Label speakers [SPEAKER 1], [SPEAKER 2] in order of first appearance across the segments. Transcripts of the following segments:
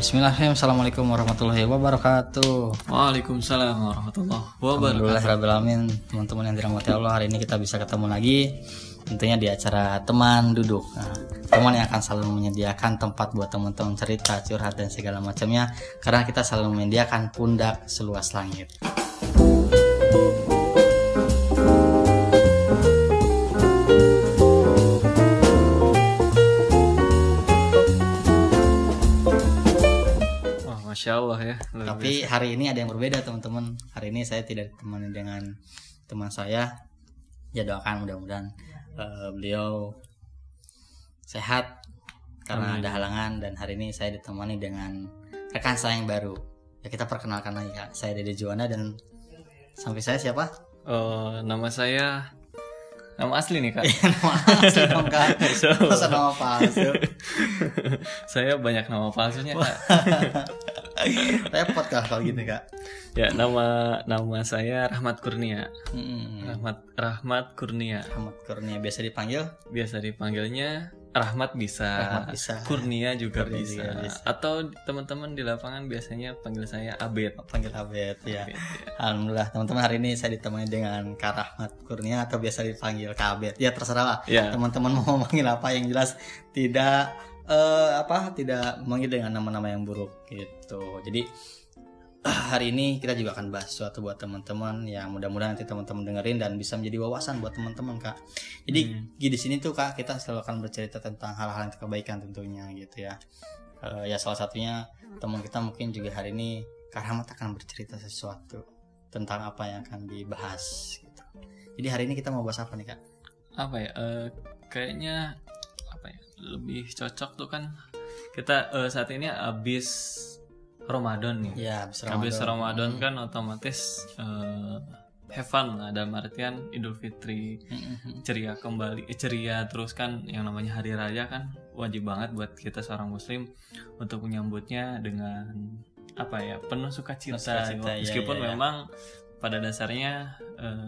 [SPEAKER 1] Bismillahirrahmanirrahim. Assalamualaikum warahmatullahi wabarakatuh.
[SPEAKER 2] Waalaikumsalam warahmatullahi wabarakatuh.
[SPEAKER 1] Alhamdulillahirrahmanirrahim. Teman-teman yang dirahmati Allah, hari ini kita bisa ketemu lagi, tentunya di acara teman duduk. Teman yang akan selalu menyediakan tempat buat teman-teman cerita, curhat dan segala macamnya, karena kita selalu menyediakan pundak seluas langit.
[SPEAKER 2] Masya Allah ya.
[SPEAKER 1] Tapi hari ini ada yang berbeda teman-teman. Hari ini saya tidak ditemani dengan teman saya. Ya doakan mudah-mudahan beliau sehat karena ada halangan, dan hari ini saya ditemani dengan rekan saya yang baru. Ya kita perkenalkan lagi Kak. Saya Dede Juwana, dan sampai saya siapa?
[SPEAKER 2] Nama saya, nama asli nih Kak.
[SPEAKER 1] Nama asli dong Kak. Masa nama palsu?
[SPEAKER 2] Saya banyak nama palsunya Kak.
[SPEAKER 1] Repot Kak kalau gitu Kak.
[SPEAKER 2] Ya, nama saya Rahmat Kurnia. Rahmat Kurnia.
[SPEAKER 1] Rahmat Kurnia, biasa
[SPEAKER 2] dipanggilnya Rahmat bisa. Kurnia juga bisa. Atau teman-teman di lapangan biasanya panggil saya Abed.
[SPEAKER 1] Panggil Abed ya. Alhamdulillah teman-teman, hari ini saya ditemani dengan Kak Rahmat Kurnia, atau biasa dipanggil Kak Abed. Ya terserah lah. Ya. Teman-teman mau manggil apa, yang jelas tidak tidak manggil dengan nama-nama yang buruk gitu. Jadi hari ini kita juga akan bahas sesuatu buat teman-teman yang mudah-mudahan nanti teman-teman dengerin dan bisa menjadi wawasan buat teman-teman Kak. Jadi di sini tuh Kak, kita selalu akan bercerita tentang hal-hal yang kebaikan tentunya gitu ya. Ya salah satunya teman kita mungkin juga hari ini Kak Rahmat akan bercerita sesuatu tentang apa yang akan dibahas gitu. Jadi hari ini kita mau bahas apa nih Kak?
[SPEAKER 2] Apa ya? Kayaknya lebih cocok tuh kan kita saat ini habis Ramadan nih.
[SPEAKER 1] Ya,
[SPEAKER 2] habis Ramadan kan otomatis have fun lah, dalam artian Idul Fitri, ceria kembali, ceria terus kan, yang namanya hari raya kan wajib banget buat kita seorang muslim untuk menyambutnya dengan penuh sukacita. Meskipun memang pada dasarnya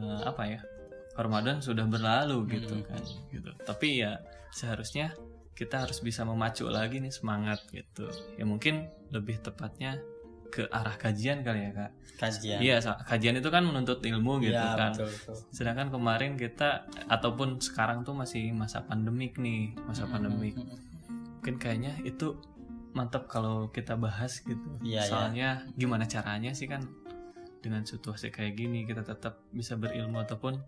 [SPEAKER 2] Ramadan sudah berlalu gitu kan gitu. Tapi ya seharusnya kita harus bisa memacu lagi nih semangat gitu. Ya mungkin lebih tepatnya ke arah kajian kali ya Kak.
[SPEAKER 1] Kajian.
[SPEAKER 2] Iya, kajian itu kan menuntut ilmu gitu ya, kan.
[SPEAKER 1] Betul.
[SPEAKER 2] Sedangkan kemarin kita ataupun sekarang tuh masih masa pandemik nih, pandemik. Mungkin kayaknya itu mantap kalau kita bahas gitu. Soalnya gimana caranya sih kan dengan situasi kayak gini kita tetap bisa berilmu, ataupun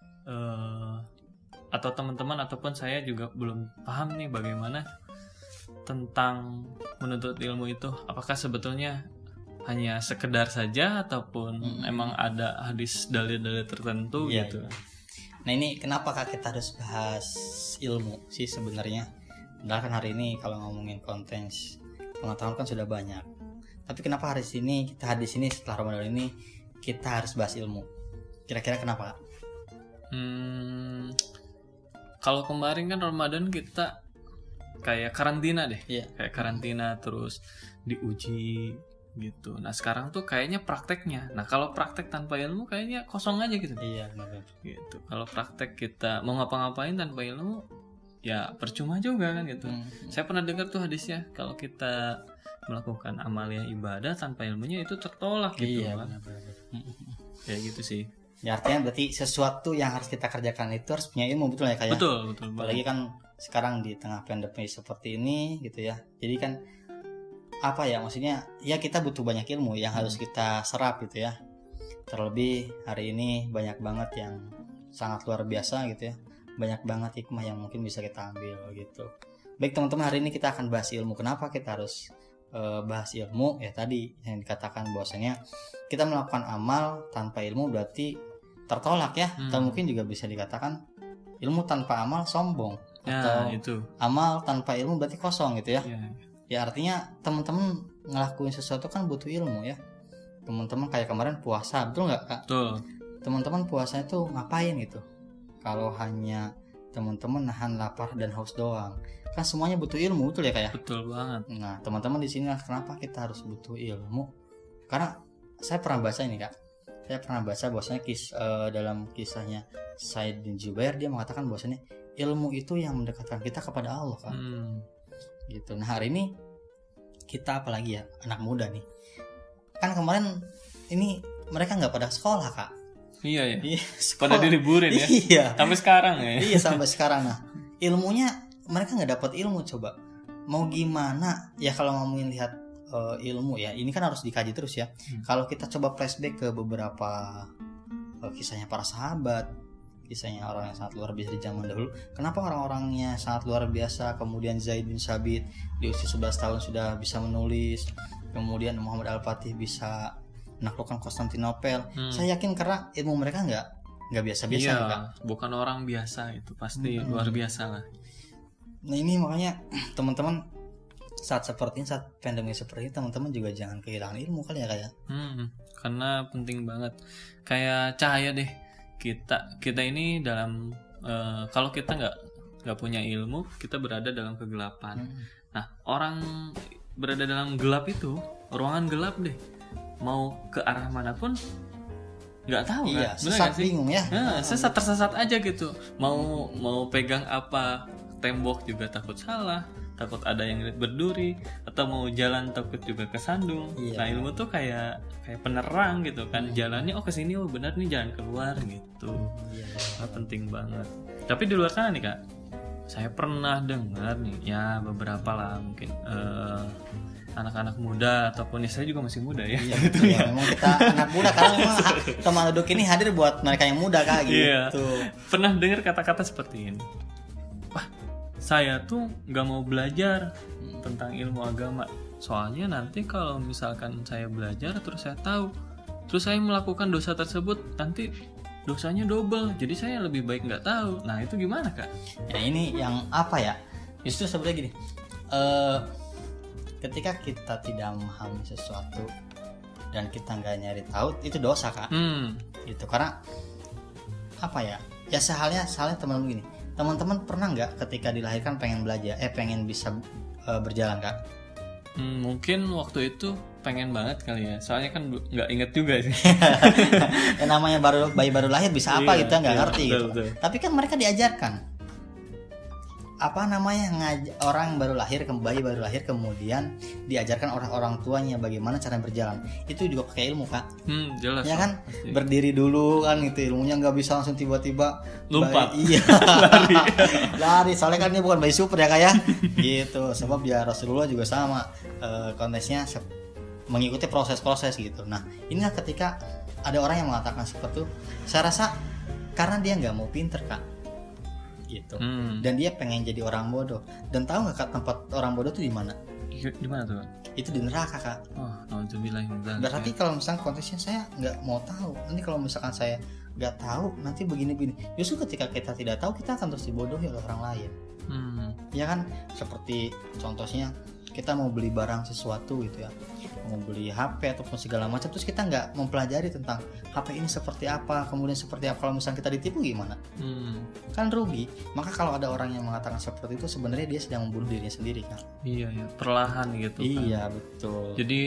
[SPEAKER 2] atau teman-teman ataupun saya juga belum paham nih bagaimana tentang menuntut ilmu itu. Apakah sebetulnya hanya sekedar saja ataupun emang ada hadis dalil-dalil tertentu gitu.
[SPEAKER 1] Nah ini kenapa Kak kita harus bahas ilmu sih sebenarnya? Padahal kan hari ini kalau ngomongin konten pengetahuan kan sudah banyak. Tapi kenapa hari ini setelah Ramadan ini kita harus bahas ilmu? Kira-kira kenapa Kak?
[SPEAKER 2] Kalau kemarin kan Ramadan kita kayak karantina deh, kayak karantina terus diuji gitu. Nah sekarang tuh kayaknya prakteknya. Nah kalau praktek tanpa ilmu kayaknya kosong aja gitu.
[SPEAKER 1] Iya benar.
[SPEAKER 2] Gitu. Kalau praktek kita mau ngapa-ngapain tanpa ilmu, ya percuma juga kan gitu. Saya pernah dengar tuh hadisnya, kalau kita melakukan amalia ibadah tanpa ilmunya itu tertolak gitu.
[SPEAKER 1] Iya,
[SPEAKER 2] kan. Kayak gitu sih.
[SPEAKER 1] Ya artinya berarti sesuatu yang harus kita kerjakan itu harus punya ilmu, betul ya Kak ya?
[SPEAKER 2] Betul.
[SPEAKER 1] Apalagi kan sekarang di tengah pandemi seperti ini gitu ya. Jadi kan maksudnya ya kita butuh banyak ilmu yang harus kita serap gitu ya. Terlebih hari ini banyak banget yang sangat luar biasa gitu ya. Banyak banget hikmah yang mungkin bisa kita ambil gitu. Baik teman-teman, hari ini kita akan bahas ilmu. Kenapa kita harus bahas ilmu? Ya tadi yang dikatakan bahwasanya kita melakukan amal tanpa ilmu berarti tertolak ya. Atau mungkin juga bisa dikatakan ilmu tanpa amal sombong, atau
[SPEAKER 2] itu.
[SPEAKER 1] Amal tanpa ilmu berarti kosong gitu ya. Ya artinya teman-teman ngelakuin sesuatu kan butuh ilmu ya. Teman-teman kayak kemarin puasa, betul nggak Kak?
[SPEAKER 2] Betul.
[SPEAKER 1] Teman-teman puasa itu ngapain gitu? Kalau hanya teman-teman nahan lapar dan haus doang, kan semuanya butuh ilmu, betul ya Kak ya?
[SPEAKER 2] Betul banget.
[SPEAKER 1] Nah teman-teman di sini kenapa kita harus butuh ilmu? Karena saya pernah baca ini Kak. Saya pernah baca bahwasanya dalam kisahnya Said bin Jubair, dia mengatakan bahwasanya ilmu itu yang mendekatkan kita kepada Allah kan. Gitu. Nah hari ini kita apalagi ya anak muda nih, kan kemarin ini mereka nggak pada sekolah Kak.
[SPEAKER 2] Iya ya. Pada diliburin ya.
[SPEAKER 1] Iya.
[SPEAKER 2] Sampai sekarang ya.
[SPEAKER 1] Iya sampai sekarang. Nah ilmunya mereka nggak dapat ilmu, coba mau gimana ya kalau ngomongin lihat ilmu ya, ini kan harus dikaji terus ya. Kalau kita coba flashback ke beberapa kisahnya para sahabat, kisahnya orang yang sangat luar biasa di zaman dahulu. Kenapa orang-orangnya sangat luar biasa? Kemudian Zaid bin Sabit di usia 11 tahun sudah bisa menulis. Kemudian Muhammad Al-Fatih bisa menaklukkan Konstantinopel. Saya yakin karena ilmu mereka nggak biasa-biasa.
[SPEAKER 2] Iya,
[SPEAKER 1] kan?
[SPEAKER 2] Bukan orang biasa, itu pasti luar biasa lah.
[SPEAKER 1] Nah ini makanya teman-teman saat seperti ini, saat pandemi seperti ini, teman-teman juga jangan kehilangan ilmu kali ya kayak.
[SPEAKER 2] Karena penting banget. Kayak cahaya deh. Kita ini dalam kalau kita nggak punya ilmu, kita berada dalam kegelapan. Nah, orang berada dalam gelap itu, ruangan gelap deh, mau ke arah manapun nggak tahu.
[SPEAKER 1] Iya,
[SPEAKER 2] kan?
[SPEAKER 1] sesat bingung ya.
[SPEAKER 2] Tersesat aja gitu. Mau pegang apa, tembok juga takut salah, takut ada yang lihat berduri, atau mau jalan takut juga kesandung. Nah ilmu tuh kayak penerang gitu kan. Jalannya kesini, benar nih jalan keluar gitu. Penting banget. Tapi di luar sana nih Kak, saya pernah dengar nih ya beberapa lah mungkin anak-anak muda ataupun ya saya juga masih muda ya.
[SPEAKER 1] Iya, gitu ya. Memang kita anak muda karena memang teman duduk ini hadir buat mereka yang muda Kak gitu.
[SPEAKER 2] Iya. Pernah dengar kata-kata seperti ini. Wah, saya tuh nggak mau belajar tentang ilmu agama. Soalnya nanti kalau misalkan saya belajar terus saya tahu, terus saya melakukan dosa tersebut, nanti dosanya double. Jadi saya lebih baik nggak tahu. Nah itu gimana Kak?
[SPEAKER 1] Ya ini yang apa ya? Justru sebenarnya gini, ketika kita tidak memahami sesuatu dan kita nggak nyari tahu, itu dosa Kak. Gitu karena apa ya? Ya sehalnya teman-teman gini. Teman-teman pernah nggak ketika dilahirkan pengen belajar, pengen bisa berjalan Kak?
[SPEAKER 2] Mungkin waktu itu pengen banget kali ya, soalnya kan nggak inget juga sih.
[SPEAKER 1] Yang namanya bayi baru lahir bisa apa gitu nggak ngerti betul, gitu. Betul. Tapi kan mereka diajarkan apa namanya orang baru lahir, bayi baru lahir, kemudian diajarkan orang tuanya bagaimana cara berjalan. Itu juga pakai ilmu Kak.
[SPEAKER 2] Jelas.
[SPEAKER 1] Ya kan pasti. Berdiri dulu kan itu ilmunya, nggak bisa langsung tiba-tiba
[SPEAKER 2] lompat.
[SPEAKER 1] Iya. Lari. Soalnya kan ini bukan bayi super ya Kak ya. Gitu. Sebab ya Rasulullah juga sama kontesnya mengikuti proses-proses gitu. Nah inilah ketika ada orang yang mengatakan seperti itu, saya rasa karena dia nggak mau pinter Kak. Gitu. Dan dia pengen jadi orang bodoh. Dan tahu nggak Kak tempat orang bodoh itu di mana?
[SPEAKER 2] Di mana tuh?
[SPEAKER 1] Itu di neraka Kak.
[SPEAKER 2] Alhamdulillah.
[SPEAKER 1] Berarti kalau misalkan konteksnya saya nggak mau tahu. Nanti kalau misalkan saya nggak tahu nanti begini. Justru ketika kita tidak tahu kita akan terus dibodohi oleh orang lain. Ya kan? Seperti contohnya kita mau beli barang sesuatu gitu ya, mau beli HP ataupun segala macam, terus kita nggak mempelajari tentang HP ini seperti apa, kemudian seperti apa, kalau misalnya kita ditipu gimana? Kan rugi. Maka kalau ada orang yang mengatakan seperti itu, sebenarnya dia sedang membunuh dirinya sendiri kan?
[SPEAKER 2] Iya, perlahan gitu.
[SPEAKER 1] Iya
[SPEAKER 2] kan?
[SPEAKER 1] Betul.
[SPEAKER 2] Jadi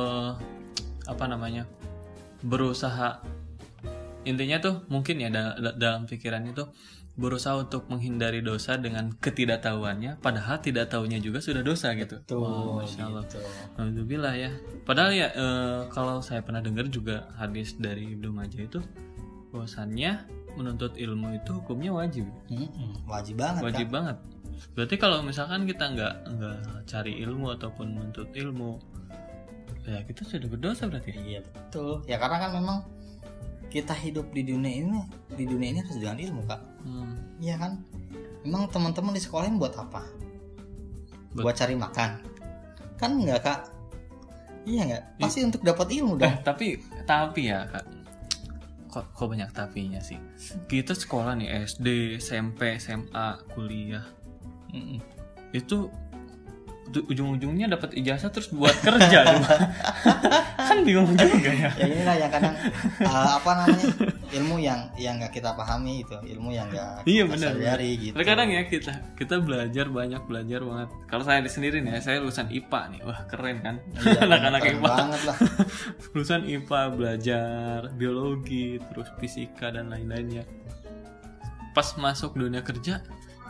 [SPEAKER 2] berusaha, intinya tuh mungkin ya dalam pikiran itu berusaha untuk menghindari dosa dengan ketidaktahuannya, padahal tidak tahunya juga sudah dosa gitu. Masya Allah. Alhamdulillah ya. Padahal ya kalau saya pernah dengar juga hadis dari Ibnu Majah itu bahwasannya menuntut ilmu itu hukumnya wajib.
[SPEAKER 1] Wajib banget.
[SPEAKER 2] Wajib banget. Berarti kalau misalkan kita nggak cari ilmu ataupun menuntut ilmu, ya kita sudah berdosa berarti.
[SPEAKER 1] Iya betul. Ya karena kan memang kita hidup di dunia ini harus dengan ilmu Kak. Iya kan. Memang teman-teman di sekolah ini buat apa? Buat cari makan? Kan enggak Kak? Iya enggak? Pasti untuk dapat ilmu dong.
[SPEAKER 2] Tapi ya Kak, kok banyak tapinya sih. Kita sekolah nih SD, SMP, SMA, kuliah. Itu ujung-ujungnya dapat ijazah terus buat kerja. Kan bingung juga ya.
[SPEAKER 1] Ya inilah yang kadang ilmu yang nggak kita pahami itu, ilmu yang nggak kita sadari gitu.
[SPEAKER 2] Terkadang ya kita belajar banget. Kalau saya sendiri nih, saya lulusan IPA nih, wah keren kan.
[SPEAKER 1] Iya,
[SPEAKER 2] anak-anak IPA
[SPEAKER 1] banget lah.
[SPEAKER 2] Lulusan IPA belajar biologi, terus fisika dan lain-lainnya. Pas masuk dunia kerja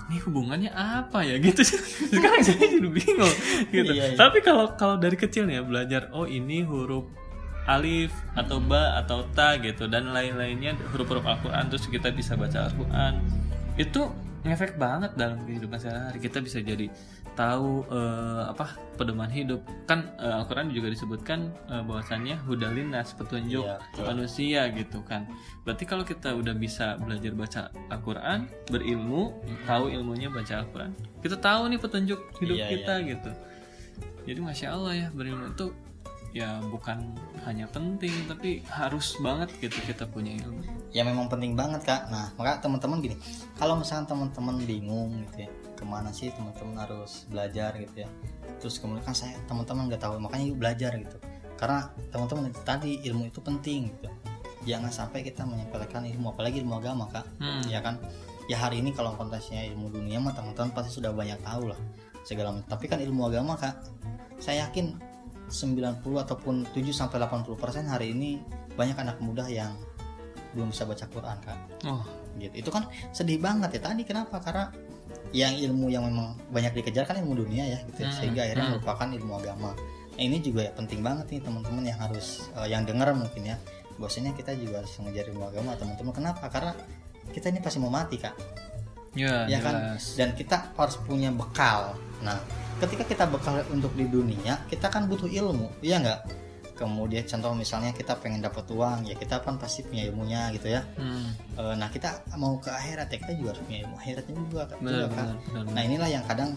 [SPEAKER 2] ini hubungannya apa ya gitu. Sekarang saya jadi bingung gitu.
[SPEAKER 1] Iya.
[SPEAKER 2] Tapi kalau dari kecil ya belajar, oh ini huruf alif atau ba atau ta gitu dan lain-lainnya, huruf-huruf Al-Quran, terus kita bisa baca Al-Quran, itu ngefek banget dalam kehidupan sehari-hari. Kita bisa jadi tahu pedoman hidup kan. Al-Quran juga disebutkan bahwasannya hudalinas, petunjuk manusia gitu kan. Berarti kalau kita udah bisa belajar baca Al-Quran, berilmu, tahu ilmunya baca Al-Quran, kita tahu nih petunjuk hidup kita gitu. Jadi Masya Allah ya, berilmu itu ya bukan hanya penting tapi harus banget gitu kita punya ilmu.
[SPEAKER 1] Ya memang penting banget Kak. Nah maka teman-teman gini, kalau misalnya teman-teman bingung gitu ya, kemana sih teman-teman harus belajar gitu ya, terus kemudian kan saya teman-teman nggak tahu, makanya yuk belajar gitu. Karena teman-teman tadi ilmu itu penting gitu. Jangan sampai kita menyepelekan ilmu, apalagi ilmu agama Kak. Ya kan. Ya hari ini kalau konteksnya ilmu dunia mah teman-teman pasti sudah banyak tahu lah segala macam. Tapi kan ilmu agama Kak, saya yakin 90 ataupun 7-80% hari ini banyak anak muda yang belum bisa baca Quran Kak. Gitu. Itu kan sedih banget ya tadi. Kenapa? Karena yang ilmu yang memang banyak dikejar kan ilmu dunia ya gitu ya. Sehingga akhirnya merupakan ilmu agama. Nah, ini juga ya penting banget nih teman-teman yang harus yang dengar mungkin ya. Bahwasanya kita juga harus mengejar ilmu agama teman-teman. Kenapa? Karena kita ini pasti mau mati Kak. Ya kan? Dan kita harus punya bekal. Nah, ketika kita bekal untuk di dunia, kita kan butuh ilmu, iya nggak? Kemudian contoh misalnya kita pengen dapat uang, ya kita kan pasti punya ilmunya gitu ya. Nah kita mau ke akhirat ya kita juga harus punya ilmu akhiratnya juga kan. Nah inilah yang kadang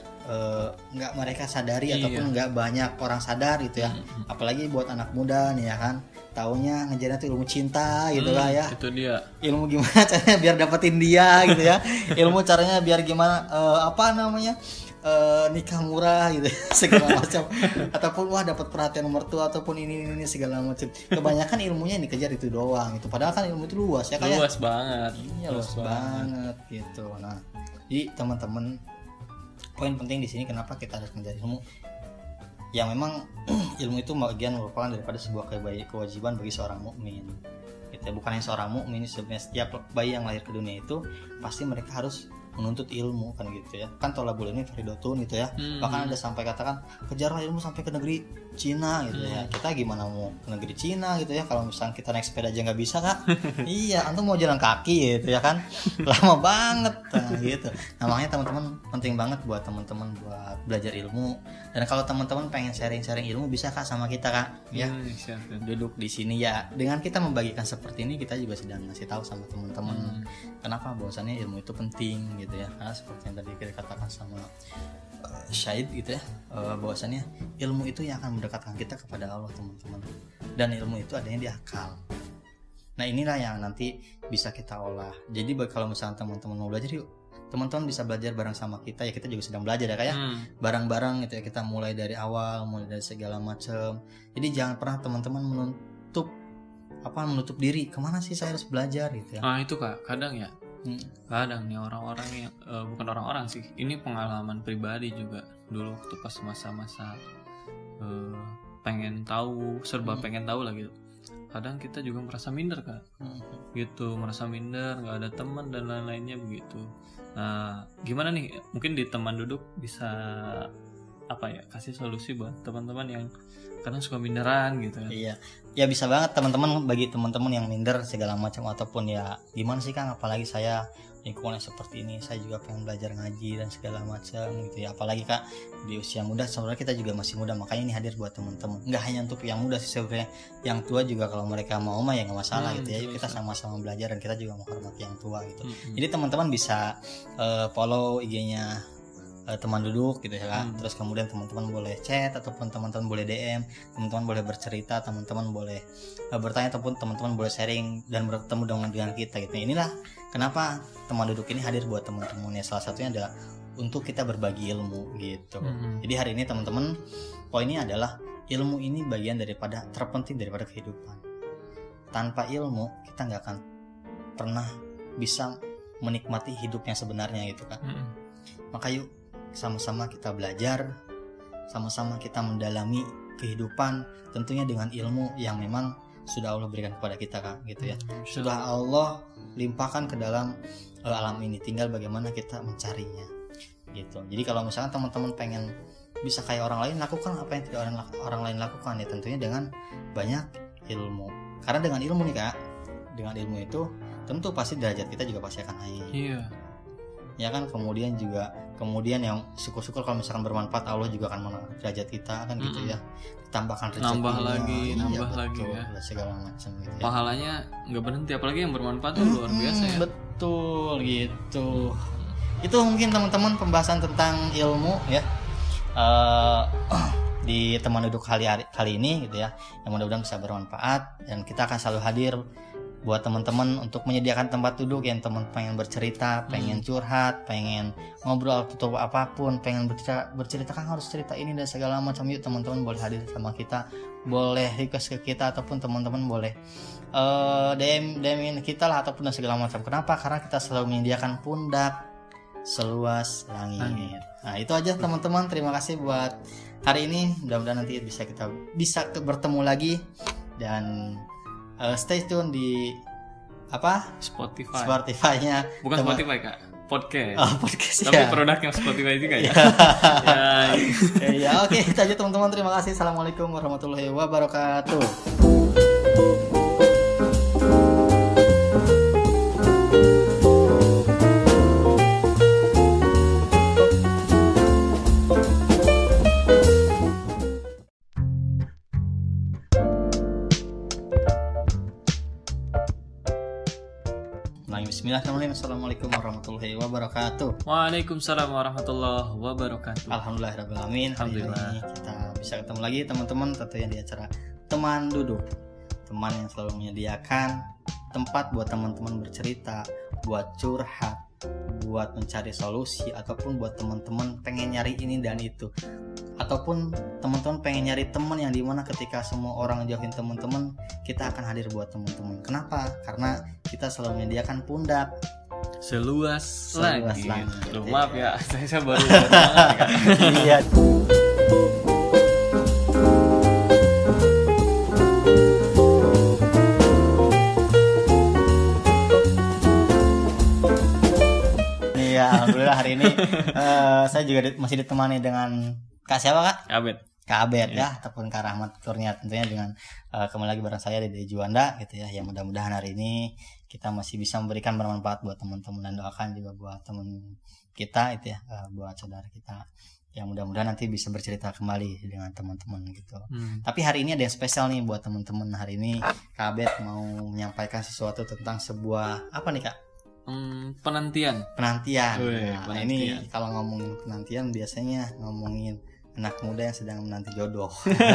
[SPEAKER 1] nggak mereka sadari ataupun nggak banyak orang sadar gitu ya. Apalagi buat anak muda nih ya kan, taunya ngejarnya tuh ilmu cinta gitu lah ya.
[SPEAKER 2] Itu dia.
[SPEAKER 1] Ilmu gimana caranya biar dapetin dia gitu ya. Ilmu caranya biar gimana nikah murah gitu segala macam, ataupun wah dapat perhatian mertua ataupun ini segala macam. Kebanyakan ilmunya yang dikejar itu doang itu, padahal kan ilmu itu luas ya kayak
[SPEAKER 2] luas banget.
[SPEAKER 1] Iya luas banget gitu. Nah jadi teman-teman, poin penting di sini kenapa kita harus mencari ilmu yang memang ilmu itu bagian merupakan daripada sebuah kewajiban bagi seorang mukmin gitu. Bukan hanya seorang mukmin, sebenarnya setiap bayi yang lahir ke dunia itu pasti mereka harus menuntut ilmu kan gitu ya. Kan tolabul ilmi faridotun gitu ya. Bahkan ada sampai katakan kejarlah ilmu sampai ke negeri Cina gitu ya. Kita gimana mau ke negeri Cina gitu ya kalau misalnya kita naik sepeda aja nggak bisa Kak. Iya, antum mau jalan kaki gitu ya kan. Lama banget gitu. Nah makanya teman-teman penting banget buat teman-teman buat belajar ilmu. Dan kalau teman-teman pengen sharing-sharing ilmu bisa Kak sama kita Kak ya. Duduk di sini ya. Dengan kita membagikan seperti ini kita juga sedang ngasih tahu sama teman-teman kenapa bahwasannya ilmu itu penting gitu ya. Karena seperti yang tadi kita katakan sama Syahid gitu ya, bahwasannya ilmu itu yang akan mendekatkan kita kepada Allah teman-teman. Dan ilmu itu adanya di akal. Nah inilah yang nanti bisa kita olah. Jadi kalau misalnya teman-teman mau belajar yuk, teman-teman bisa belajar bareng sama kita ya. Kita juga sedang belajar ya kayak bareng-bareng gitu ya. Kita mulai dari awal, mulai dari segala macam. Jadi jangan pernah teman-teman menutup diri. Kemana sih saya harus belajar gitu ya.
[SPEAKER 2] Nah itu Kak, kadang ya kadang nih orang-orang yang bukan orang-orang sih, ini pengalaman pribadi juga dulu waktu pas masa-masa pengen tahu, serba pengen tahu lah gitu. Kadang kita juga merasa minder Kak, gitu, merasa minder, nggak ada teman dan lain-lainnya begitu. Nah gimana nih, mungkin di teman duduk bisa kasih solusi buat teman-teman yang kadang suka minderan gitu ya.
[SPEAKER 1] Iya, ya bisa banget teman-teman, bagi teman-teman yang minder segala macam ataupun ya gimana sih Kang, apalagi saya lingkungan seperti ini, saya juga pengen belajar ngaji dan segala macam gitu ya. Apalagi Kak di usia muda, sebenarnya kita juga masih muda, makanya ini hadir buat teman-teman. Nggak hanya untuk yang muda sih sebenarnya, yang tua juga kalau mereka mau mah ya nggak masalah gitu ya. Kita sama-sama belajar dan kita juga menghormati yang tua gitu. Jadi teman-teman bisa follow IG-nya teman duduk gitu ya Kak. Terus kemudian teman-teman boleh chat ataupun teman-teman boleh DM, teman-teman boleh bercerita, teman-teman boleh bertanya ataupun teman-teman boleh sharing dan bertemu dengan kita gitu. Inilah kenapa teman duduk ini hadir buat teman-teman ya. Salah satunya adalah untuk kita berbagi ilmu gitu. Jadi hari ini teman-teman, poinnya adalah ilmu ini bagian daripada terpenting daripada kehidupan. Tanpa ilmu kita nggak akan pernah bisa menikmati hidup yang sebenarnya gitu kan. Maka yuk sama-sama kita belajar, sama-sama kita mendalami kehidupan, tentunya dengan ilmu yang memang sudah Allah berikan kepada kita kan gitu ya. Sudah Allah limpahkan ke dalam alam ini, tinggal bagaimana kita mencarinya gitu. Jadi kalau misalkan teman-teman pengen bisa kayak orang lain, lakukan apa yang tidak orang lain lakukan ya, tentunya dengan banyak ilmu. Karena dengan ilmu nih Kak, dengan ilmu itu tentu pasti derajat kita juga pasti akan naik.
[SPEAKER 2] Iya.
[SPEAKER 1] Ya kan, kemudian yang syukur-syukur kalau misalkan bermanfaat, Allah juga akan menaikkan derajat kita kan gitu ya. Ditambahkan rezeki,
[SPEAKER 2] nambah lagi ya.
[SPEAKER 1] Segala macam gitu ya.
[SPEAKER 2] Pahalanya nggak berhenti, apalagi yang bermanfaat tuh luar biasa ya.
[SPEAKER 1] Betul gitu. Itu mungkin teman-teman pembahasan tentang ilmu ya. Di teman duduk kali ini gitu ya, yang mudah-mudahan bisa bermanfaat, dan kita akan selalu hadir buat teman-teman untuk menyediakan tempat duduk yang teman pengen bercerita, pengen curhat, pengen ngobrol atau apapun, pengen bercerita kan harus cerita ini dan segala macam. Yuk teman-teman boleh hadir sama kita, boleh request ke kita, ataupun teman-teman boleh DM kita lah ataupun dan segala macam. Kenapa? Karena kita selalu menyediakan pundak seluas langit. Nah itu aja teman-teman, terima kasih buat hari ini. Mudah-mudahan nanti kita bisa bertemu lagi, dan stay tune di Spotify-nya.
[SPEAKER 2] Bukan Spotify Kak, podcast.
[SPEAKER 1] Podcast.
[SPEAKER 2] Tapi produknya Spotify juga ya.
[SPEAKER 1] Ya oke, itu aja teman-teman, terima kasih. Assalamualaikum warahmatullahi wabarakatuh. Bismillahirrahmanirrahim. Assalamualaikum warahmatullahi wabarakatuh.
[SPEAKER 2] Waalaikumsalam warahmatullahi wabarakatuh.
[SPEAKER 1] Alhamdulillahirrahmanirrahim. Alhamdulillah. Kita bisa ketemu lagi teman-teman, tentunya di acara Teman Duduk. Teman yang selalu menyediakan tempat buat teman-teman bercerita, buat curhat, buat mencari solusi, ataupun buat teman-teman pengen nyari ini dan itu, ataupun teman-teman pengen nyari teman yang dimana ketika semua orang jauhin teman-teman, kita akan hadir buat teman-teman. Kenapa? Karena kita selalu menyediakan pundak
[SPEAKER 2] seluas langit. Loh, maaf ya, saya baru
[SPEAKER 1] iya. Iya, alhamdulillah hari ini saya juga masih ditemani dengan Kak siapa Kak? Kak Abed ya, ataupun Kak Rahmat Kurnia, tentunya dengan kembali lagi bareng saya Dede Juanda gitu ya. Yang mudah-mudahan hari ini kita masih bisa memberikan bermanfaat buat teman-teman, dan doakan juga buat teman kita itu ya, buat saudara kita yang mudah-mudahan nanti bisa bercerita kembali dengan teman-teman gitu. Tapi hari ini ada yang spesial nih buat teman-teman. Hari ini Kak Abed mau menyampaikan sesuatu tentang sebuah apa nih Kak?
[SPEAKER 2] Penantian.
[SPEAKER 1] Nah, ini kalau ngomongin penantian biasanya ngomongin anak muda yang sedang menanti jodoh.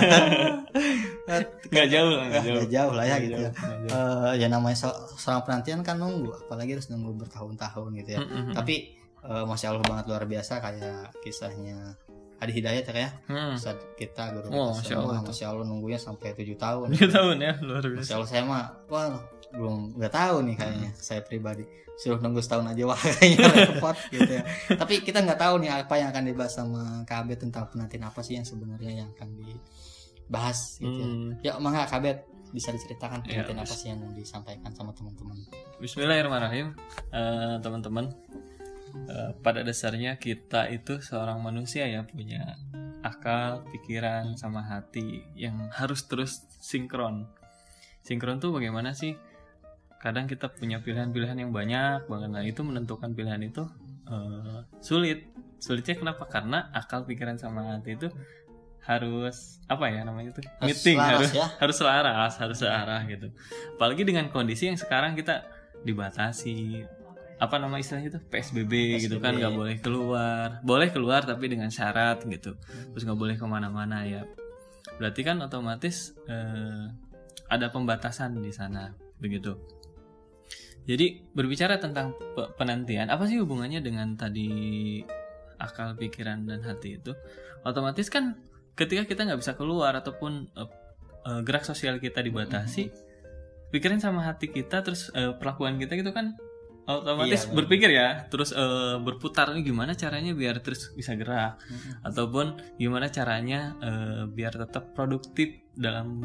[SPEAKER 2] Gak jauh
[SPEAKER 1] lah ya gitu ya. Ya namanya seorang penantian kan nunggu, apalagi harus nunggu bertahun-tahun gitu ya. Tapi Masya Allah banget, luar biasa kayak kisahnya Adi Hidayat ya kayak saat kita guru Masya Allah nunggunya sampai 7 tahun.
[SPEAKER 2] 7 tahun ya, luar biasa.
[SPEAKER 1] Masya Allah, saya mah belum nggak tahu nih kayaknya. Saya pribadi suruh nunggu setahun aja kayaknya repot gitu ya. Tapi kita nggak tahu nih apa yang akan dibahas sama Kak Abed tentang penantian apa sih yang sebenarnya yang akan dibahas gitu ya. Ya mangga Kak Abed bisa diceritakan penantian apa sih yang mau disampaikan sama teman-teman.
[SPEAKER 2] Bismillahirrahmanirrahim. Teman-teman, pada dasarnya kita itu seorang manusia ya, punya akal, pikiran, sama hati yang harus terus sinkron. Sinkron tuh bagaimana sih? Kadang kita punya pilihan-pilihan yang banyak banget. Nah itu menentukan pilihan itu sulit. Sulitnya kenapa? Karena akal, pikiran, sama hati itu harus apa ya namanya itu? Meeting, harus selaras gitu. Apalagi dengan kondisi yang sekarang kita dibatasi, apa nama istilahnya itu, PSBB gitu kan, nggak boleh keluar tapi dengan syarat gitu, terus nggak boleh kemana-mana ya. Berarti kan otomatis ada pembatasan di sana begitu. Jadi berbicara tentang penantian, apa sih hubungannya dengan tadi akal, pikiran, dan hati itu? Otomatis kan ketika kita nggak bisa keluar ataupun gerak sosial kita dibatasi, pikiran sama hati kita, terus perlakuan kita gitu kan otomatis berpikir ya, terus berputar nih gimana caranya biar terus bisa gerak, ataupun gimana caranya biar tetap produktif dalam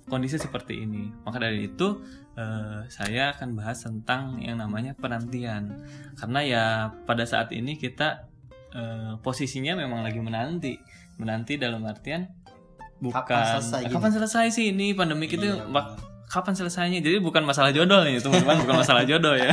[SPEAKER 2] kondisi seperti ini. Maka dari itu saya akan bahas tentang yang namanya penantian. Karena ya pada saat ini kita posisinya memang lagi menanti dalam artian bukan kapan selesai sih ini pandemi itu, kapan selesainya. Jadi bukan masalah jodoh nih teman-teman, bukan masalah jodoh ya.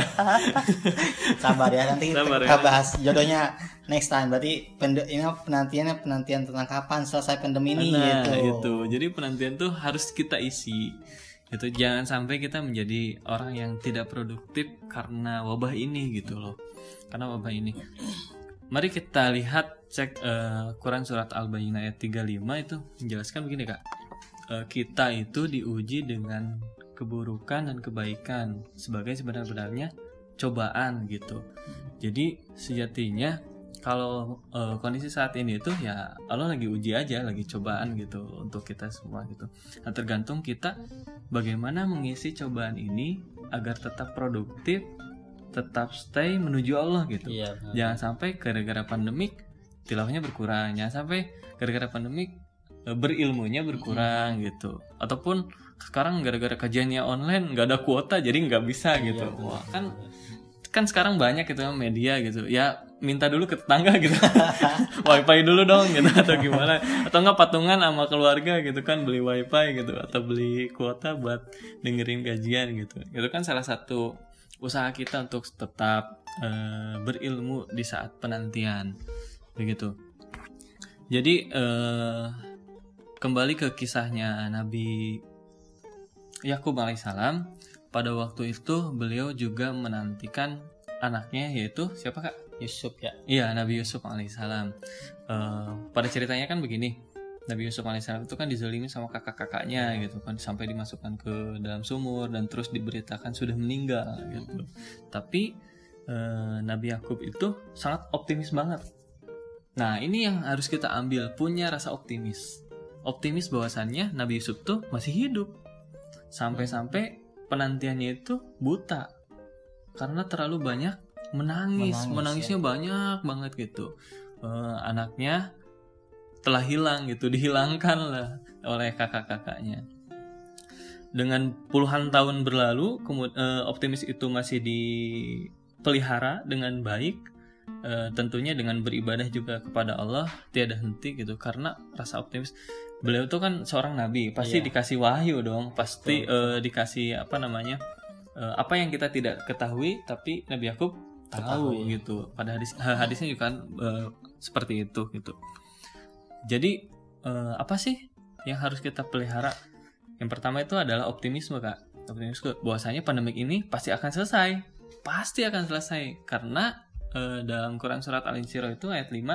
[SPEAKER 1] Sabar ya, nanti kita bahas jodohnya next time. Berarti ini penantian tentang kapan selesai pandemi ini
[SPEAKER 2] gitu. Jadi penantian tuh harus kita isi. Gitu. Jangan sampai kita menjadi orang yang tidak produktif karena wabah ini gitu loh. Karena wabah ini. Mari kita lihat cek Quran surat Al-Bayyinah ayat 35 itu menjelaskan begini Kak. Kita itu diuji dengan keburukan dan kebaikan sebagai sebenarnya cobaan gitu. Jadi sejatinya kalau kondisi saat ini itu ya Allah lagi uji aja, lagi cobaan gitu untuk kita semua gitu. Nah, tergantung kita bagaimana mengisi cobaan ini agar tetap produktif, tetap stay menuju Allah gitu. Jangan sampai gara-gara pandemik tilawahnya berkurang, jangan sampai gara-gara pandemik berilmunya berkurang gitu. Ataupun sekarang gara-gara kajiannya online nggak ada kuota jadi nggak bisa gitu. Wah kan sekarang banyak gitu media gitu ya, minta dulu ke tetangga gitu wifi dulu dong gitu atau gimana, atau nggak patungan sama keluarga gitu kan, beli wifi gitu atau beli kuota buat dengerin kajian gitu. Itu kan salah satu usaha kita untuk tetap berilmu di saat penantian begitu. Jadi kembali ke kisahnya Nabi Yakub alaihissalam. Pada waktu itu beliau juga menantikan anaknya, yaitu siapa Kak?
[SPEAKER 1] Yusuf ya.
[SPEAKER 2] Iya, Nabi Yusuf alaihissalam. Pada ceritanya kan begini, Nabi Yusuf alaihissalam itu kan dizalimi sama kakak-kakaknya gitu kan, sampai dimasukkan ke dalam sumur dan terus diberitakan sudah meninggal gitu. Tapi Nabi Yakub itu sangat optimis banget. Nah, ini yang harus kita ambil, punya rasa optimis bahwasannya Nabi Yusuf tuh masih hidup. Sampai-sampai penantiannya itu buta karena terlalu banyak menangisnya banyak banget gitu. Anaknya telah hilang gitu, dihilangkan lah oleh kakak-kakaknya. Dengan puluhan tahun berlalu, optimis itu masih dipelihara dengan baik, tentunya dengan beribadah juga kepada Allah tiada henti gitu. Karena rasa optimis, beliau tuh kan seorang nabi, pasti dikasih wahyu dong, pasti dikasih apa yang kita tidak ketahui tapi Nabi Yakub tahu gitu. Pada hadisnya juga kan seperti itu gitu. Jadi apa sih yang harus kita pelihara? Yang pertama itu adalah optimisme Kak. Optimisme bahwasanya pandemik ini pasti akan selesai karena dalam Quran surat Al-Insyirah itu ayat 5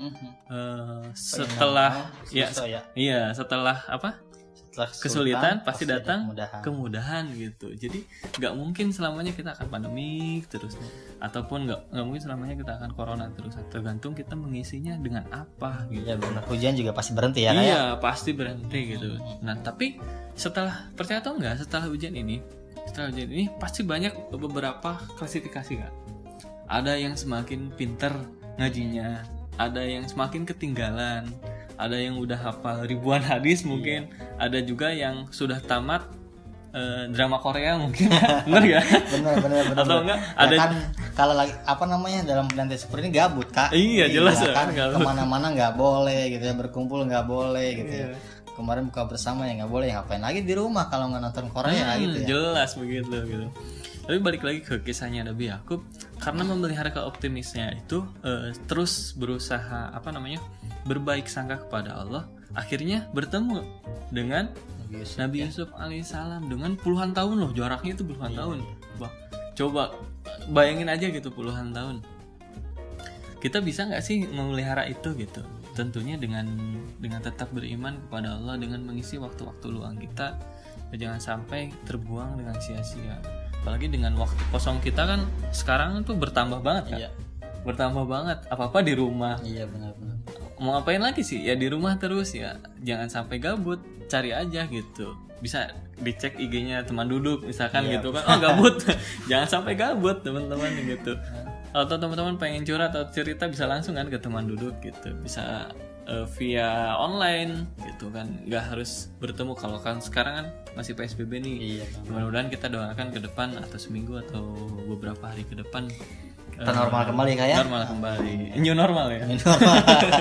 [SPEAKER 2] setelah setelah kesulitan pasti datang kemudahan gitu. Jadi nggak mungkin selamanya kita akan pandemik terus, ataupun nggak mungkin selamanya kita akan corona terus. Tergantung kita mengisinya dengan apa gitu.
[SPEAKER 1] Ya benar, hujan juga pasti berhenti ya.
[SPEAKER 2] Iya pasti berhenti gitu. Nah tapi setelah, percaya atau enggak, setelah hujan ini pasti banyak beberapa klasifikasi Kak. Ada yang semakin pinter ngajinya, ada yang semakin ketinggalan, ada yang udah hafal ribuan hadis mungkin, ada juga yang sudah tamat drama Korea mungkin. Bener gak?
[SPEAKER 1] Bener.
[SPEAKER 2] Atau enggak
[SPEAKER 1] ya ada kan kalau lagi dalam penantian seperti ini gabut Kak.
[SPEAKER 2] Iya jelas
[SPEAKER 1] kan kemana-mana nggak boleh gitu ya, berkumpul nggak boleh gitu ya. Kemarin buka bersama ya nggak boleh, ngapain lagi di rumah kalau nggak nonton Korea gitu ya.
[SPEAKER 2] Jelas begitu gitu. Tapi balik lagi ke kisahnya Nabi Yakub, karena memelihara keoptimisnya itu terus berusaha berbaik sangka kepada Allah, akhirnya bertemu dengan Nabi Yusuf alaihissalam dengan puluhan tahun loh, jaraknya itu puluhan tahun. Coba bayangin aja gitu, puluhan tahun. Kita bisa nggak sih memelihara itu gitu? Tentunya dengan tetap beriman kepada Allah, dengan mengisi waktu-waktu luang kita, jangan sampai terbuang dengan sia-sia. Apalagi dengan waktu kosong kita kan sekarang tuh bertambah banget kan. Bertambah banget, apa-apa di rumah.
[SPEAKER 1] Iya benar.
[SPEAKER 2] Mau ngapain lagi sih? Ya di rumah terus ya. Jangan sampai gabut, cari aja gitu. Bisa dicek IG-nya teman duduk misalkan gitu kan. Oh gabut. Jangan sampai gabut teman-teman gitu. Atau teman-teman pengen curhat atau cerita bisa langsung kan ke teman duduk gitu. Bisa via online gitu kan, nggak harus bertemu. Kalau kan sekarang kan masih PSBB nih.
[SPEAKER 1] Iya.
[SPEAKER 2] Mudah-mudahan kita doakan ke depan atau seminggu atau beberapa hari ke depan
[SPEAKER 1] kita normal kembali kayak
[SPEAKER 2] normal kembali, new normal ya.
[SPEAKER 1] New normal.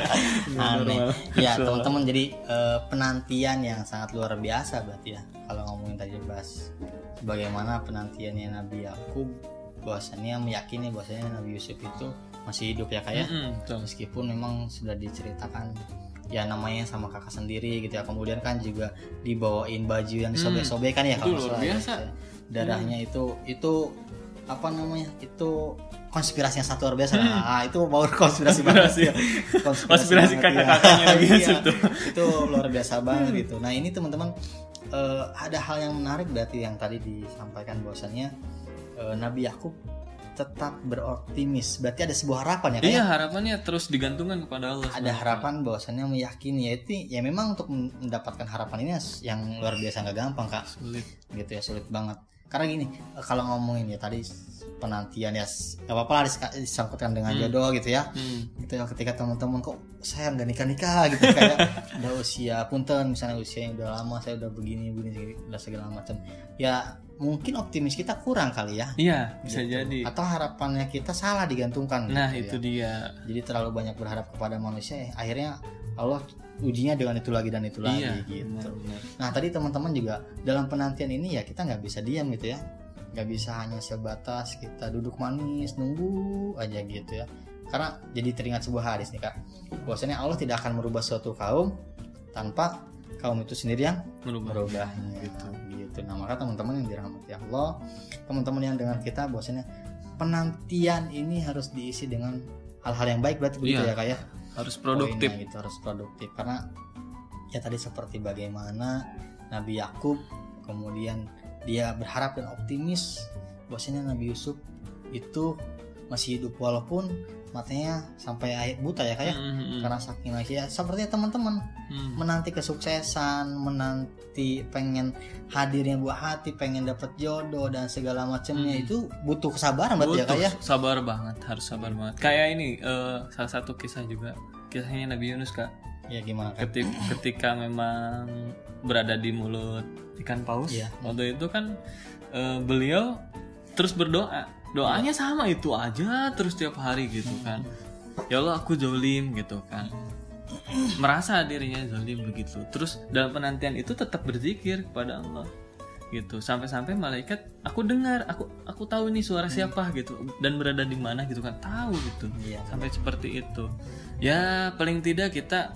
[SPEAKER 2] Amin.
[SPEAKER 1] Ya teman-teman, jadi penantian yang sangat luar biasa berarti ya kalau ngomongin tadi bahas bagaimana penantiannya Nabi Yakub, bahwasannya meyakini bahwasannya Nabi Yusuf itu masih hidup ya kayak meskipun memang sudah diceritakan ya namanya sama kakak sendiri gitu ya, kemudian kan juga dibawain baju yang disobek-sobek kan ya kalau
[SPEAKER 2] luar biasa
[SPEAKER 1] ya. Darahnya itu apa namanya, itu konspirasinya satu luar biasa. Itu baru konspirasi banget ya.
[SPEAKER 2] Konspirasi kakak-kakaknya Nabi Yusuf tuh.
[SPEAKER 1] Itu luar biasa banget gitu. Nah ini teman-teman, ada hal yang menarik berarti yang tadi disampaikan bahwasannya Nabi Yakub tetap beroptimis. Berarti ada sebuah harapan ya kan?
[SPEAKER 2] Iya, harapannya terus digantungkan kepada Allah.
[SPEAKER 1] Ada harapan bahwasannya meyakini, yaitu ya memang untuk mendapatkan harapan ini yang luar biasa nggak gampang Kak.
[SPEAKER 2] Sulit.
[SPEAKER 1] Gitu ya, sulit banget. Karena gini, kalau ngomongin ya tadi penantian ya nggak apa-apa lah disangkutkan dengan jodoh gitu ya. Gitu ya, ketika teman-teman kok saya nggak nikah gitu kayak udah usia punten, misalnya usianya udah lama, saya udah begini udah segala macam. Ya mungkin optimis kita kurang kali ya.
[SPEAKER 2] Iya, bisa
[SPEAKER 1] gitu.
[SPEAKER 2] jadi.
[SPEAKER 1] Atau harapannya kita salah digantungkan.
[SPEAKER 2] Nah,
[SPEAKER 1] gitu
[SPEAKER 2] itu
[SPEAKER 1] ya.
[SPEAKER 2] dia.
[SPEAKER 1] Jadi terlalu banyak berharap kepada manusia, akhirnya Allah ujinya dengan itu lagi dan itu lagi gitu.
[SPEAKER 2] Benar.
[SPEAKER 1] Nah tadi teman-teman juga dalam penantian ini ya kita nggak bisa diam gitu ya, nggak bisa hanya sebatas kita duduk manis nunggu aja gitu ya. Karena jadi teringat sebuah hadis nih Kak, bahwasanya Allah tidak akan merubah suatu kaum tanpa kaum itu sendiri yang merubahnya gitu. Nah maka teman-teman yang dirahmati Allah, teman-teman yang dengan kita, bahwasanya penantian ini harus diisi dengan hal-hal yang baik, berarti begitu ya Kak ya.
[SPEAKER 2] Harus produktif.
[SPEAKER 1] Gitu, harus produktif karena ya tadi seperti bagaimana Nabi Yakub kemudian dia berharap dan optimis bahwasanya Nabi Yusuf itu masih hidup walaupun matanya sampai akhir buta ya kayak karena saking ya sepertinya teman-teman menanti kesuksesan, menanti pengen hadirnya buah hati, pengen dapat jodoh dan segala macamnya itu butuh kesabaran berarti ya kayak
[SPEAKER 2] sabar banget, harus sabar banget. Kayak ini salah satu kisahnya Nabi Yunus Kak.
[SPEAKER 1] Ya gimana
[SPEAKER 2] Kak? Ketika memang berada di mulut ikan paus, waktu itu kan beliau terus berdoa. Doanya sama itu aja terus tiap hari gitu kan. Ya Allah aku zolim gitu kan. Merasa dirinya zolim begitu. Terus dalam penantian itu tetap berzikir kepada Allah gitu. Sampai-sampai malaikat aku dengar, aku tahu nih suara siapa gitu dan berada di mana gitu kan. Tahu gitu. Sampai seperti itu. Ya paling tidak kita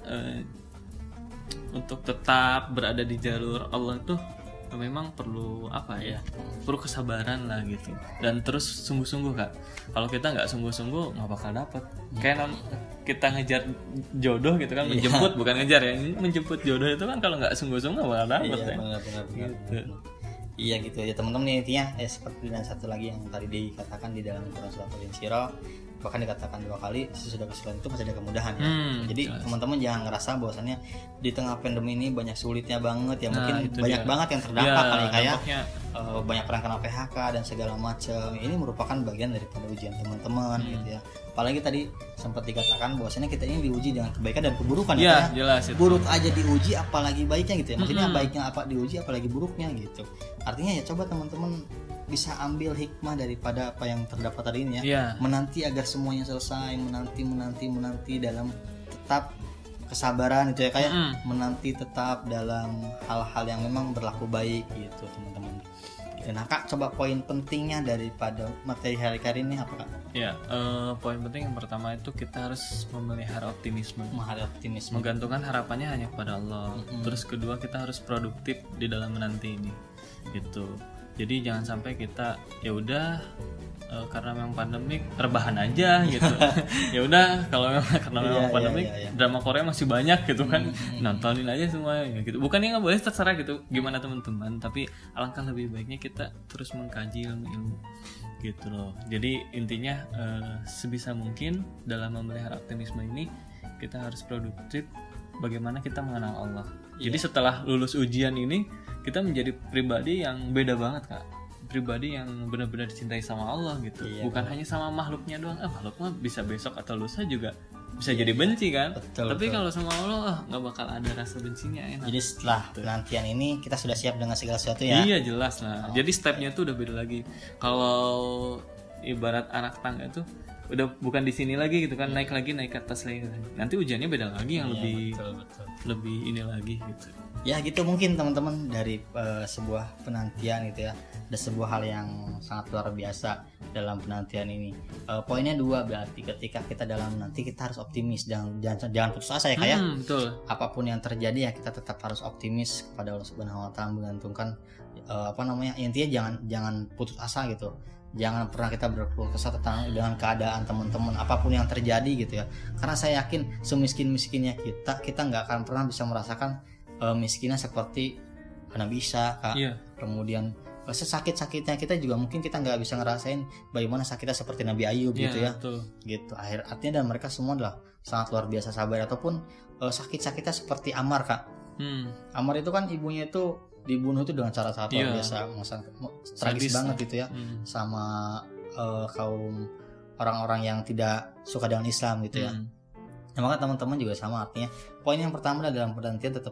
[SPEAKER 2] untuk tetap berada di jalur Allah tuh memang perlu perlu kesabaran lah gitu dan terus sungguh-sungguh Kak. Kalau kita nggak sungguh-sungguh nggak bakal dapet. Kayak kita ngejar jodoh gitu kan, menjemput bukan ngejar ya, menjemput jodoh itu kan kalau nggak sungguh-sungguh nggak bakal dapet ya.
[SPEAKER 1] Benar.
[SPEAKER 2] Gitu.
[SPEAKER 1] Iya gitu ya teman-teman, intinya seperti dan satu lagi yang tadi dikatakan di dalam Quran surat Al-Insyirah, bahkan dikatakan 2 kali sesudah kesulitan itu pasti ada kemudahan ya. Jadi teman-teman jangan ngerasa bahwasannya di tengah pandemi ini banyak sulitnya banget ya, mungkin banyak banget yang terdampak kali kayak banyak orang kena PHK dan segala macam. Ini merupakan bagian daripada ujian teman-teman gitu ya. Apalagi tadi sempat dikatakan bahwasannya kita ini diuji dengan kebaikan dan keburukan ya.
[SPEAKER 2] Jelas itu.
[SPEAKER 1] Buruk aja diuji apalagi baiknya gitu ya. Maksudnya baiknya apa diuji apalagi buruknya gitu. Artinya ya coba teman-teman bisa ambil hikmah daripada apa yang terdapat tadi ini ya. Menanti agar semuanya selesai, menanti dalam tetap kesabaran itu ya kayak menanti tetap dalam hal-hal yang memang berlaku baik gitu teman-teman. Nah Kak, coba poin pentingnya daripada materi hari ini apa Kak?
[SPEAKER 2] Ya, poin penting yang pertama itu kita harus memelihara optimisme. Menggantungkan harapannya hanya kepada Allah. Terus kedua kita harus produktif di dalam menanti ini, gitu. Jadi jangan sampai kita ya udah karena memang pandemik rebahan aja gitu. Ya udah kalau memang karena memang pandemik drama Korea masih banyak gitu kan. Nontonin aja semuanya gitu. Bukannya nggak boleh, terserah gitu gimana teman-teman, tapi alangkah lebih baiknya kita terus mengkaji ilmu gitu loh. Jadi intinya sebisa mungkin dalam memelihara optimisme ini kita harus produktif. Bagaimana kita mengenal Allah. Jadi setelah lulus ujian ini kita menjadi pribadi yang beda banget Kak. Pribadi yang benar-benar dicintai sama Allah gitu. Bukan hanya sama makhluknya doang. Makhluk mah bisa besok atau lusa juga bisa jadi benci kan.
[SPEAKER 1] Betul,
[SPEAKER 2] tapi kalau sama Allah nggak bakal ada rasa bencinya, enak.
[SPEAKER 1] Jadi setelah penantian ini kita sudah siap dengan segala sesuatu ya.
[SPEAKER 2] Iya jelas lah. Jadi stepnya tuh udah beda lagi. Kalau ibarat anak tangga tuh udah bukan di sini lagi gitu kan, naik lagi, naik ke atas lagi. Nanti ujiannya beda lagi yang betul. Lebih ini lagi gitu.
[SPEAKER 1] Ya gitu mungkin teman-teman dari sebuah penantian gitu ya. Ada sebuah hal yang sangat luar biasa dalam penantian ini. Poinnya 2 berarti ketika kita dalam nanti kita harus optimis, jangan putus asa ya kayak.
[SPEAKER 2] Betul.
[SPEAKER 1] Apapun yang terjadi ya kita tetap harus optimis kepada Allah Subhanahu wa taala, menggantungkan intinya jangan putus asa gitu. Jangan pernah kita berkeluh kesah dengan keadaan teman-teman apapun yang terjadi gitu ya. Karena saya yakin semiskin-miskinnya kita nggak akan pernah bisa merasakan miskinnya seperti Nabi Isa, Kak. Iya. Kemudian sesakit-sakitnya kita juga mungkin kita nggak bisa ngerasain bagaimana sakitnya seperti Nabi Ayub gitu ya. Betul. Gitu. Artinya dan mereka semua adalah sangat luar biasa sabar. Ataupun sakit-sakitnya seperti Ammar, Kak. Ammar itu kan ibunya itu dibunuh itu dengan cara sangat luar biasa, tragis banget gitu ya, sama kaum orang-orang yang tidak suka dengan Islam gitu ya. Nah, maka teman-teman juga sama, artinya poin yang pertama dalam penantian tetap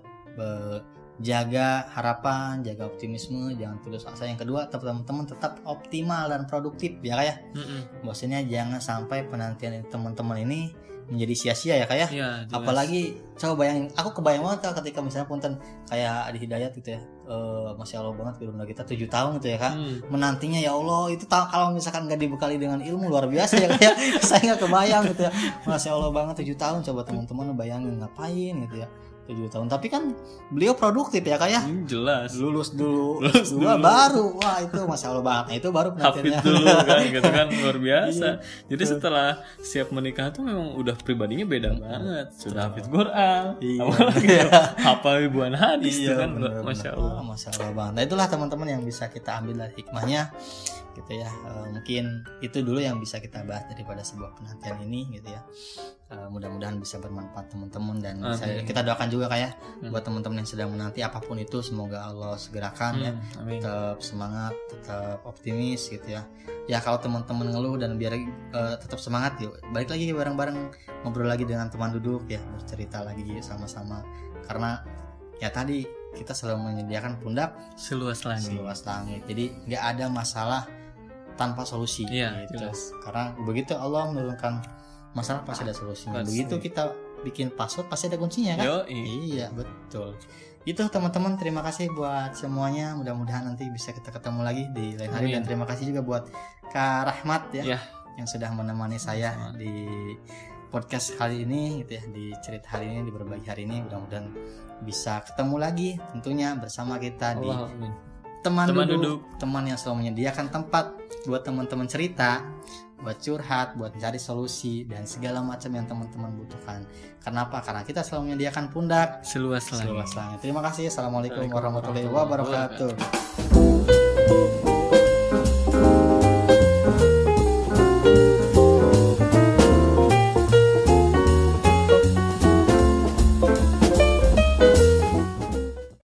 [SPEAKER 1] jaga harapan, jaga optimisme, jangan putus asa. Yang kedua, teman-teman tetap optimal dan produktif ya kayak. Maksudnya jangan sampai penantian teman-teman ini menjadi sia-sia ya kayak. Ya, apalagi coba bayangin, aku kebayang banget Kak, ketika misalnya punten kayak Adi Hidayat gitu ya. Masya Allah banget film kita 7 tahun gitu ya Kak. Menantinya ya Allah itu kalau misalkan gak dibekali dengan ilmu luar biasa ya kayak. Saya gak kebayang gitu ya. Masya Allah banget 7 tahun, coba teman-teman bayangin ngapain gitu ya. 7 tahun, tapi kan beliau produktif ya kayak.
[SPEAKER 2] Jelas.
[SPEAKER 1] Lulus dulu baru, wah itu Masya Allah banget. Nah, itu baru penantiannya.
[SPEAKER 2] Hafid dulu kan gitu kan, luar biasa. Jadi setelah siap menikah tuh memang udah pribadinya beda banget. Sudah hafid Quran, apalagi hafal ribuan hadis kan, Masya Allah.
[SPEAKER 1] Masya Allah banget. Nah itulah teman-teman yang bisa kita ambil dari hikmahnya gitu ya. Mungkin itu dulu yang bisa kita bahas daripada sebuah penantian ini gitu ya. Mudah-mudahan bisa bermanfaat teman-teman, dan kita doakan juga kayak buat teman-teman yang sedang menanti apapun itu, semoga Allah segerakan ya. Tetap semangat, tetap optimis gitu ya. Ya kalau teman-teman ngeluh dan biar tetap semangat, yuk balik lagi bareng-bareng, ngobrol lagi dengan teman duduk ya, bercerita lagi sama-sama. Karena ya tadi kita selalu menyediakan pundak
[SPEAKER 2] seluas
[SPEAKER 1] langit. Jadi nggak ada masalah tanpa solusi gitu. Jelas. Karena begitu Allah menurunkan masalah pasti ada solusinya. Begitu kita bikin password pasti ada kuncinya kan? Iya betul. Itu teman-teman, terima kasih buat semuanya. Mudah-mudahan nanti bisa kita ketemu lagi di lain hari. Dan terima kasih juga buat Kak Rahmat ya yang sudah menemani saya di podcast kali ini gitu ya, di cerita hari ini, di berbagi hari ini. Mudah-mudahan bisa ketemu lagi tentunya bersama kita di teman duduk, teman yang selalu menyediakan tempat buat teman-teman cerita, buat curhat, buat mencari solusi dan segala macam yang teman-teman butuhkan. Kenapa? Karena kita selalu menyediakan pundak
[SPEAKER 2] seluas langit.
[SPEAKER 1] Terima kasih. Assalamualaikum warahmatullahi wabarakatuh.